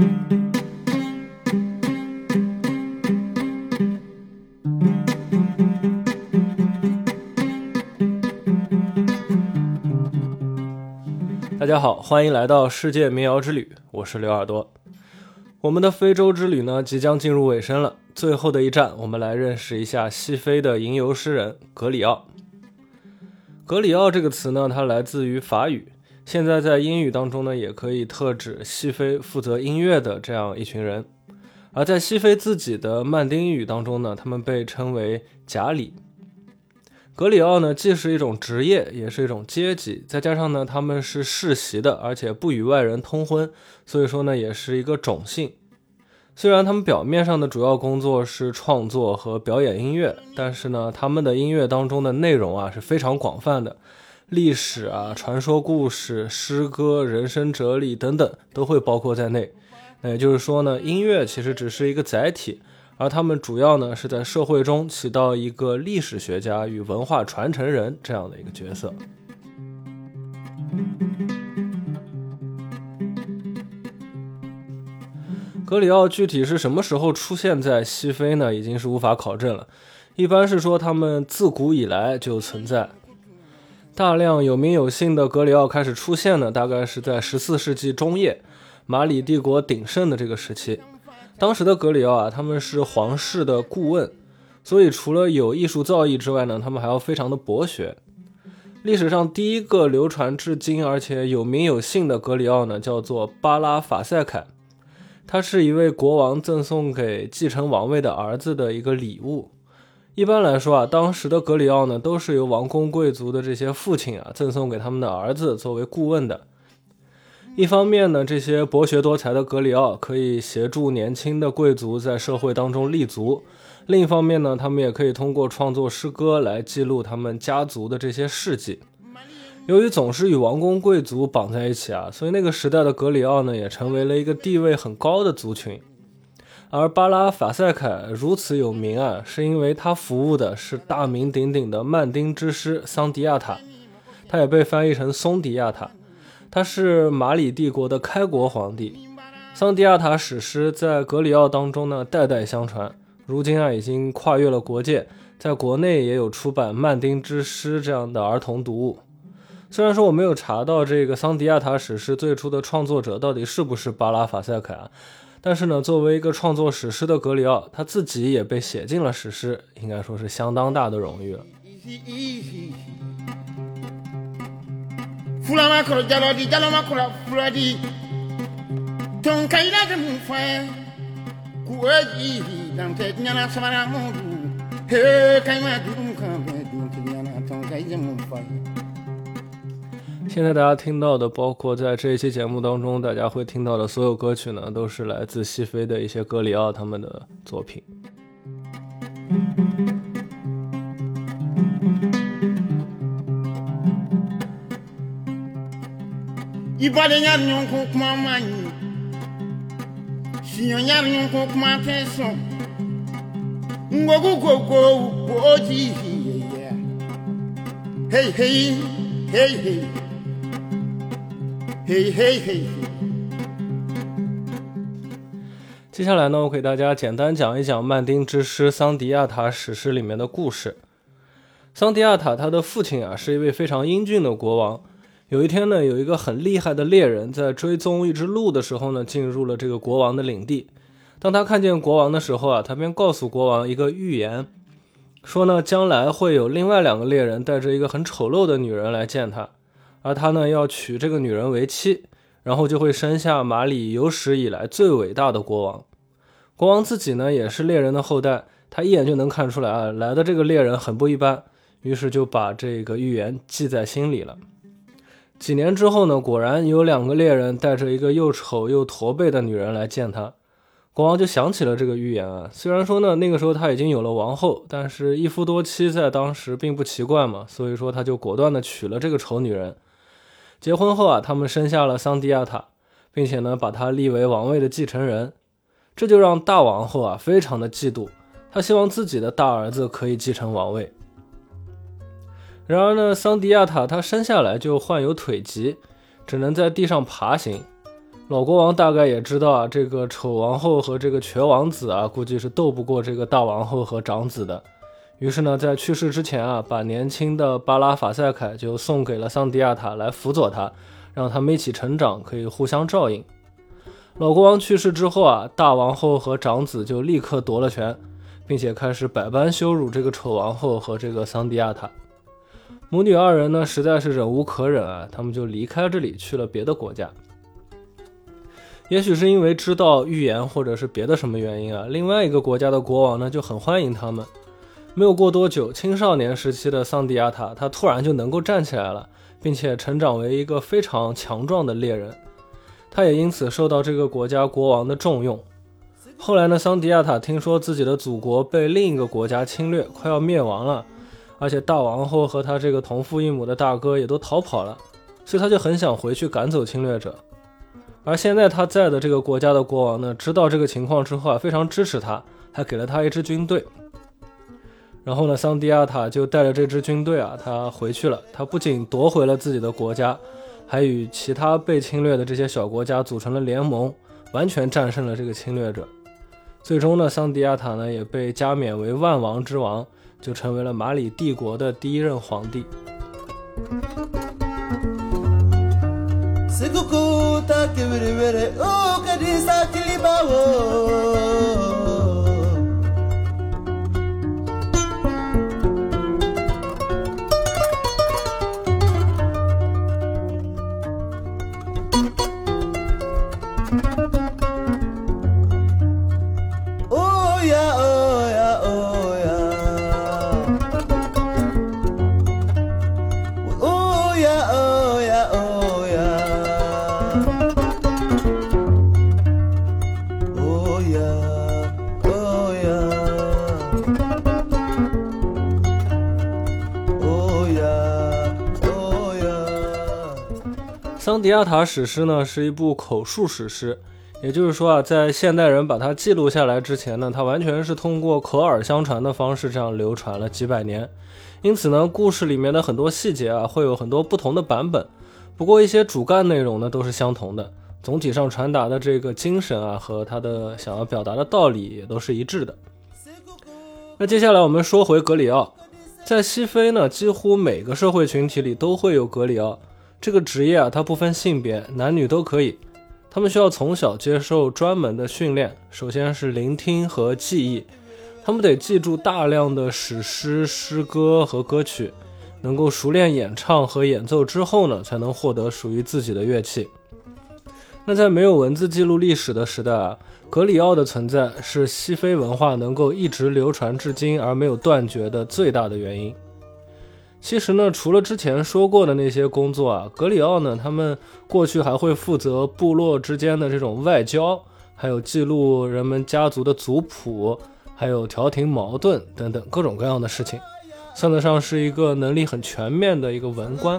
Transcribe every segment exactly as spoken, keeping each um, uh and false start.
大家好，欢迎来到世界民谣之旅，我是刘耳朵。我们的非洲之旅呢即将进入尾声了，最后的一站，我们来认识一下西非的吟游诗人格里奥。格里奥这个词呢，它来自于法语，现在在英语当中呢，也可以特指西非负责音乐的这样一群人。而在西非自己的曼丁语当中呢，他们被称为贾里。格里奥呢，既是一种职业，也是一种阶级，再加上呢，他们是世袭的，而且不与外人通婚，所以说呢，也是一个种姓。虽然他们表面上的主要工作是创作和表演音乐，但是呢，他们的音乐当中的内容啊是非常广泛的，历史啊、传说故事、诗歌、人生哲理等等都会包括在内。那也就是说呢，音乐其实只是一个载体，而他们主要呢是在社会中起到一个历史学家与文化传承人这样的一个角色。格里奥具体是什么时候出现在西非呢，已经是无法考证了。一般是说他们自古以来就存在。大量有名有姓的格里奥开始出现呢，大概是在十四世纪中叶，马里帝国鼎盛的这个时期。当时的格里奥啊，他们是皇室的顾问，所以除了有艺术造诣之外呢，他们还要非常的博学。历史上第一个流传至今而且有名有姓的格里奥呢，叫做巴拉法塞凯。他是一位国王赠送给继承王位的儿子的一个礼物。一般来说啊，当时的格里奥呢，都是由王公贵族的这些父亲啊，赠送给他们的儿子作为顾问的。一方面呢，这些博学多才的格里奥可以协助年轻的贵族在社会当中立足，另一方面呢，他们也可以通过创作诗歌来记录他们家族的这些事迹。由于总是与王公贵族绑在一起啊，所以那个时代的格里奥呢，也成为了一个地位很高的族群。而巴拉法塞凯如此有名啊，是因为他服务的是大名鼎鼎的曼丁之狮桑迪亚塔，他也被翻译成松迪亚塔。他是马里帝国的开国皇帝。桑迪亚塔史诗在格里奥当中呢代代相传，如今啊已经跨越了国界，在国内也有出版曼丁之狮这样的儿童读物。虽然说我没有查到这个桑迪亚塔史诗最初的创作者到底是不是巴拉法塞凯啊，但是呢，作为一个创作史诗的格里奥，他自己也被写进了史诗，应该说是相当大的荣誉了。现在大家听到的，包括在这一期节目当中大家会听到的所有歌曲呢，都是来自西非的一些格里奥他们的作品。 嘿嘿嘿嘿嘿嘿嘿。 接下来呢，我给大家简单讲一讲曼丁之狮桑迪亚塔史诗里面的故事。桑迪亚塔他的父亲啊，是一位非常英俊的国王。有一天呢，有一个很厉害的猎人在追踪一只鹿的时候呢，进入了这个国王的领地。当他看见国王的时候啊，他便告诉国王一个预言，说呢，将来会有另外两个猎人带着一个很丑陋的女人来见他，而他呢要娶这个女人为妻，然后就会生下马里有史以来最伟大的国王。国王自己呢也是猎人的后代，他一眼就能看出来啊，来的这个猎人很不一般，于是就把这个预言记在心里了。几年之后呢，果然有两个猎人带着一个又丑又驼背的女人来见他。国王就想起了这个预言啊，虽然说呢那个时候他已经有了王后，但是一夫多妻在当时并不奇怪嘛，所以说他就果断的娶了这个丑女人。结婚后啊，他们生下了桑迪亚塔，并且呢把他立为王位的继承人。这就让大王后啊非常的嫉妒，他希望自己的大儿子可以继承王位。然而呢，桑迪亚塔他生下来就患有腿疾，只能在地上爬行。 老国王大概也知道啊，这个丑王后和这个瘸王子啊，估计是斗不过这个大王后和长子的。于是呢，在去世之前啊，把年轻的巴拉法赛凯就送给了桑迪亚塔来辅佐他，让他们一起成长，可以互相照应。老国王去世之后啊，大王后和长子就立刻夺了权，并且开始百般羞辱这个丑王后和这个桑迪亚塔。母女二人呢，实在是忍无可忍啊，他们就离开这里去了别的国家。也许是因为知道预言，或者是别的什么原因啊，另外一个国家的国王呢就很欢迎他们。没有过多久，青少年时期的桑迪亚塔他突然就能够站起来了，并且成长为一个非常强壮的猎人。他也因此受到这个国家国王的重用。后来呢，桑迪亚塔听说自己的祖国被另一个国家侵略，快要灭亡了，而且大王后和他这个同父异母的大哥也都逃跑了，所以他就很想回去赶走侵略者。而现在他在的这个国家的国王呢，知道这个情况之后啊，非常支持他，还给了他一支军队。然后呢，桑迪亚塔就带着这支军队啊，他回去了。他不仅夺回了自己的国家，还与其他被侵略的这些小国家组成了联盟，完全战胜了这个侵略者。最终呢，桑迪亚塔呢也被加冕为万王之王，就成为了马里帝国的第一任皇帝。桑迪亚塔史诗呢是一部口述史诗，也就是说啊，在现代人把它记录下来之前呢，它完全是通过口耳相传的方式这样流传了几百年。因此呢，故事里面的很多细节啊会有很多不同的版本，不过一些主干内容呢都是相同的，总体上传达的这个精神啊和它的想要表达的道理也都是一致的。那接下来我们说回格里奥，在西非呢，几乎每个社会群体里都会有格里奥。这个职业啊，它不分性别，男女都可以。他们需要从小接受专门的训练，首先是聆听和记忆，他们得记住大量的史诗、诗歌和歌曲，能够熟练演唱和演奏之后呢，才能获得属于自己的乐器。那在没有文字记录历史的时代啊，格里奥的存在是西非文化能够一直流传至今而没有断绝的最大的原因。其实呢，除了之前说过的那些工作啊，格里奥呢，他们过去还会负责部落之间的这种外交，还有记录人们家族的族谱，还有调停矛盾等等各种各样的事情，算得上是一个能力很全面的一个文官。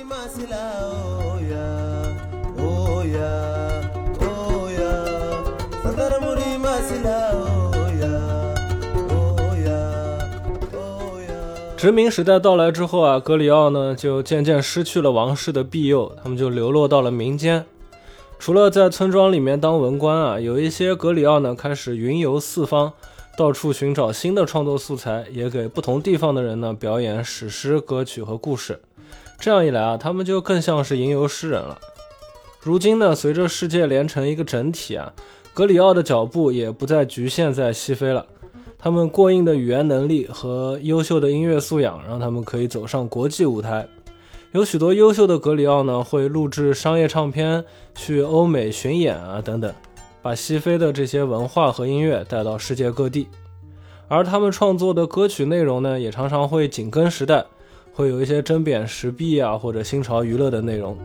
殖民时代到来之后啊，格里奥呢就渐渐失去了王室的庇佑，他们就流落到了民间。除了在村庄里面当文官啊，有一些格里奥呢开始云游四方，到处寻找新的创作素材，也给不同地方的人呢表演史诗、歌曲和故事。这样一来啊，他们就更像是吟游诗人了。如今呢，随着世界连成一个整体啊，格里奥的脚步也不再局限在西非了。他们过硬的语言能力和优秀的音乐素养，让他们可以走上国际舞台。有许多优秀的格里奥呢，会录制商业唱片，去欧美巡演啊等等，把西非的这些文化和音乐带到世界各地。而他们创作的歌曲内容呢，也常常会紧跟时代，会有一些针砭时弊啊，或者新潮娱乐的内容。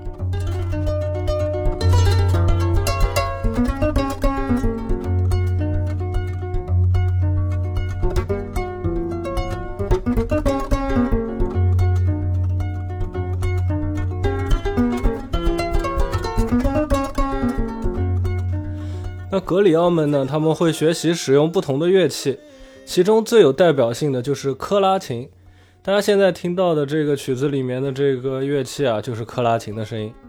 那格里奥们呢，他们会学习使用不同的乐器，其中最有代表性的就是科拉琴。大家现在听到的这个曲子里面的这个乐器啊，就是科拉琴的声音。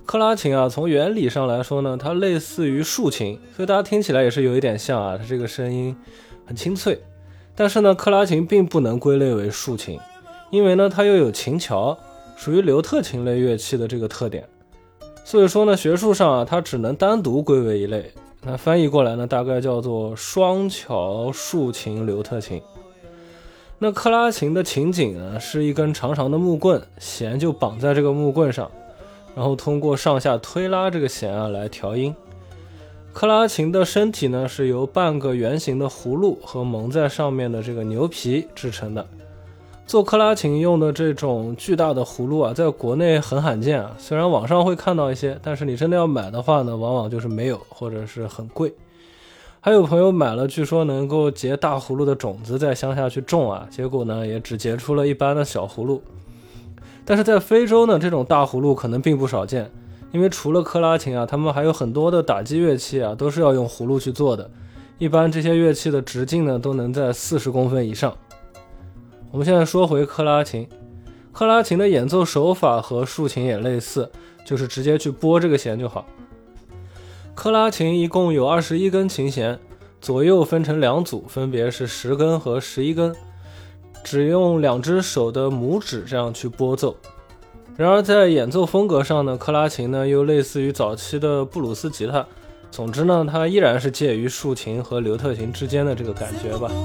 克拉琴啊，从原理上来说呢，它类似于竖琴，所以大家听起来也是有一点像啊，它这个声音很清脆。但是呢，克拉琴并不能归类为竖琴，因为呢，它又有琴桥，属于流特琴类乐器的这个特点。所以说呢，学术上啊，它只能单独归为一类。那翻译过来呢，大概叫做双桥竖琴流特琴。那克拉琴的琴颈呢，是一根长长的木棍，弦就绑在这个木棍上，然后通过上下推拉这个弦啊来调音。克拉琴的身体呢，是由半个圆形的葫芦和蒙在上面的这个牛皮制成的。做克拉琴用的这种巨大的葫芦啊，在国内很罕见啊。虽然网上会看到一些，但是你真的要买的话呢，往往就是没有，或者是很贵。还有朋友买了，据说能够结大葫芦的种子，在乡下去种啊，结果呢，也只结出了一般的小葫芦。但是在非洲呢，这种大葫芦可能并不少见，因为除了克拉琴啊，他们还有很多的打击乐器啊，都是要用葫芦去做的。一般这些乐器的直径呢，都能在四十公分以上。我们现在说回克拉琴，克拉琴的演奏手法和竖琴也类似，就是直接去拨这个弦就好。克拉琴一共有二十一根琴弦，左右分成两组，分别是十根和十一根，只用两只手的拇指这样去拨奏。然而在演奏风格上呢，克拉琴呢又类似于早期的布鲁斯吉他。总之呢，它依然是介于竖琴和流特琴之间的这个感觉吧。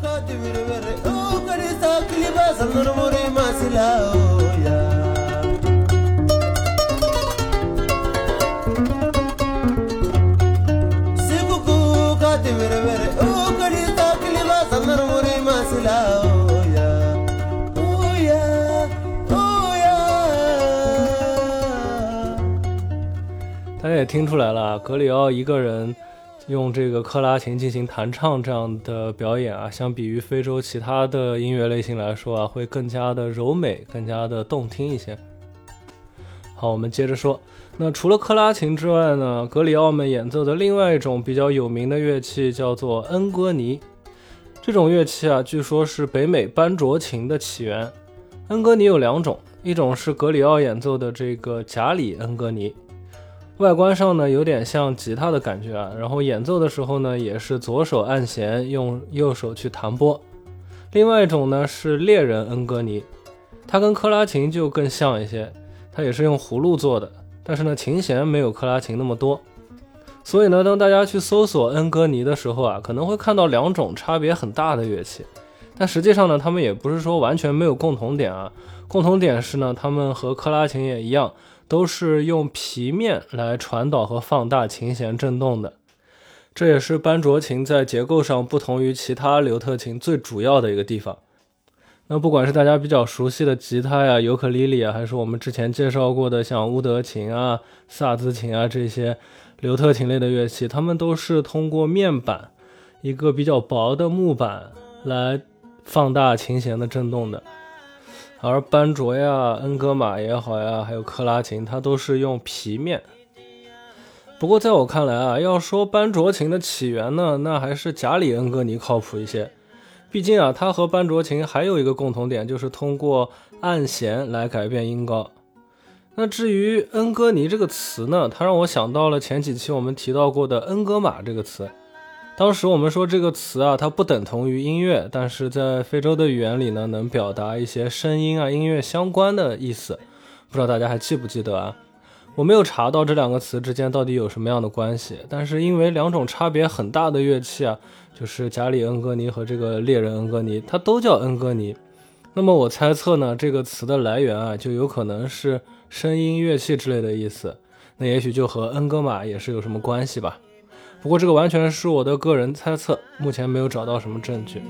大家也听出来了，格里奥一个人用这个克拉琴进行弹唱这样的表演啊，相比于非洲其他的音乐类型来说啊，会更加的柔美，更加的动听一些。好，我们接着说，那除了克拉琴之外呢，格里奥们演奏的另外一种比较有名的乐器叫做恩戈尼。这种乐器啊，据说是北美班卓琴的起源。恩戈尼有两种，一种是格里奥演奏的这个贾里恩戈尼，外观上呢有点像吉他的感觉啊，然后演奏的时候呢也是左手按弦，用右手去弹拨。另外一种呢是猎人恩戈尼，它跟克拉琴就更像一些，它也是用葫芦做的，但是呢琴弦没有克拉琴那么多。所以呢，当大家去搜索恩戈尼的时候啊，可能会看到两种差别很大的乐器，但实际上呢，他们也不是说完全没有共同点啊。共同点是呢，他们和克拉琴也一样，都是用皮面来传导和放大琴弦振动的。这也是班卓琴在结构上不同于其他流特琴最主要的一个地方。那不管是大家比较熟悉的吉他呀、尤克里里啊，还是我们之前介绍过的像乌德琴啊、萨兹琴啊这些流特琴类的乐器，它们都是通过面板，一个比较薄的木板来放大琴弦的振动的。而班卓呀、恩戈玛也好呀，还有克拉琴，它都是用皮面。不过在我看来啊，要说班卓琴的起源呢，那还是贾里恩戈尼靠谱一些。毕竟啊，它和班卓琴还有一个共同点，就是通过按弦来改变音高。那至于恩戈尼这个词呢，它让我想到了前几期我们提到过的恩格玛这个词。当时我们说这个词啊，它不等同于音乐，但是在非洲的语言里呢，能表达一些声音啊、音乐相关的意思。不知道大家还记不记得啊？我没有查到这两个词之间到底有什么样的关系，但是因为两种差别很大的乐器啊，就是贾里恩戈尼和这个猎人恩戈尼，它都叫恩戈尼。那么我猜测呢，这个词的来源啊，就有可能是声音、乐器之类的意思。那也许就和恩格玛也是有什么关系吧。不过这个完全是我的个人猜测，目前没有找到什么证据。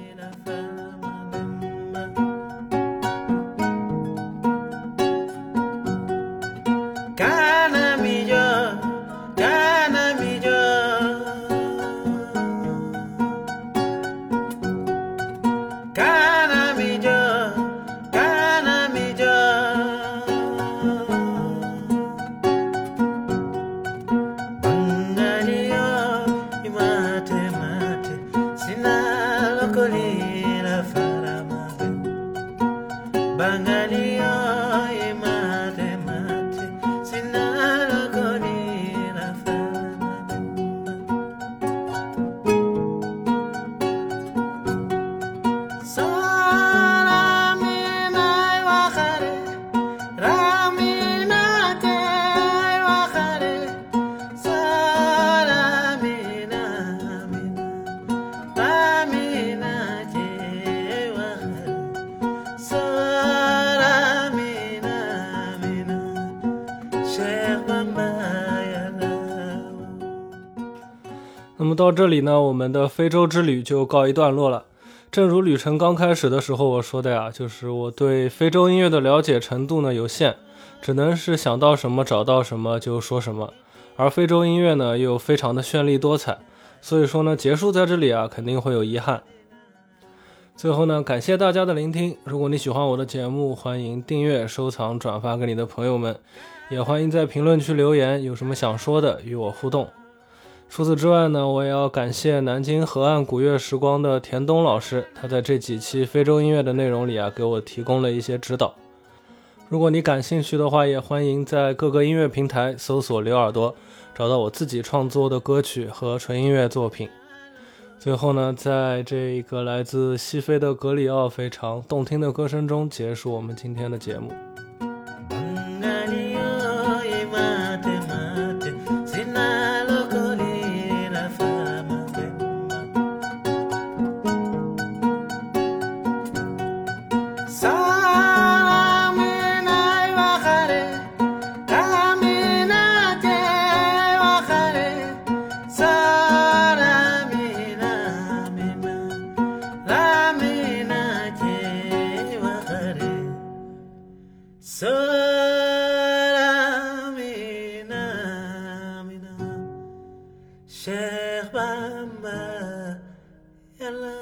那么到这里呢，我们的非洲之旅就告一段落了。正如旅程刚开始的时候我说的呀，就是我对非洲音乐的了解程度呢有限，只能是想到什么找到什么就说什么。而非洲音乐呢又非常的绚丽多彩，所以说呢结束在这里啊肯定会有遗憾。最后呢，感谢大家的聆听。如果你喜欢我的节目，欢迎订阅、收藏、转发给你的朋友们，也欢迎在评论区留言，有什么想说的与我互动。除此之外呢，我也要感谢南京河岸古乐时光的田东老师，他在这几期非洲音乐的内容里啊，给我提供了一些指导。如果你感兴趣的话，也欢迎在各个音乐平台搜索刘耳朵，找到我自己创作的歌曲和纯音乐作品。最后呢，在这个来自西非的格里奥非常动听的歌声中结束我们今天的节目。 Sheikh Bamba, yalla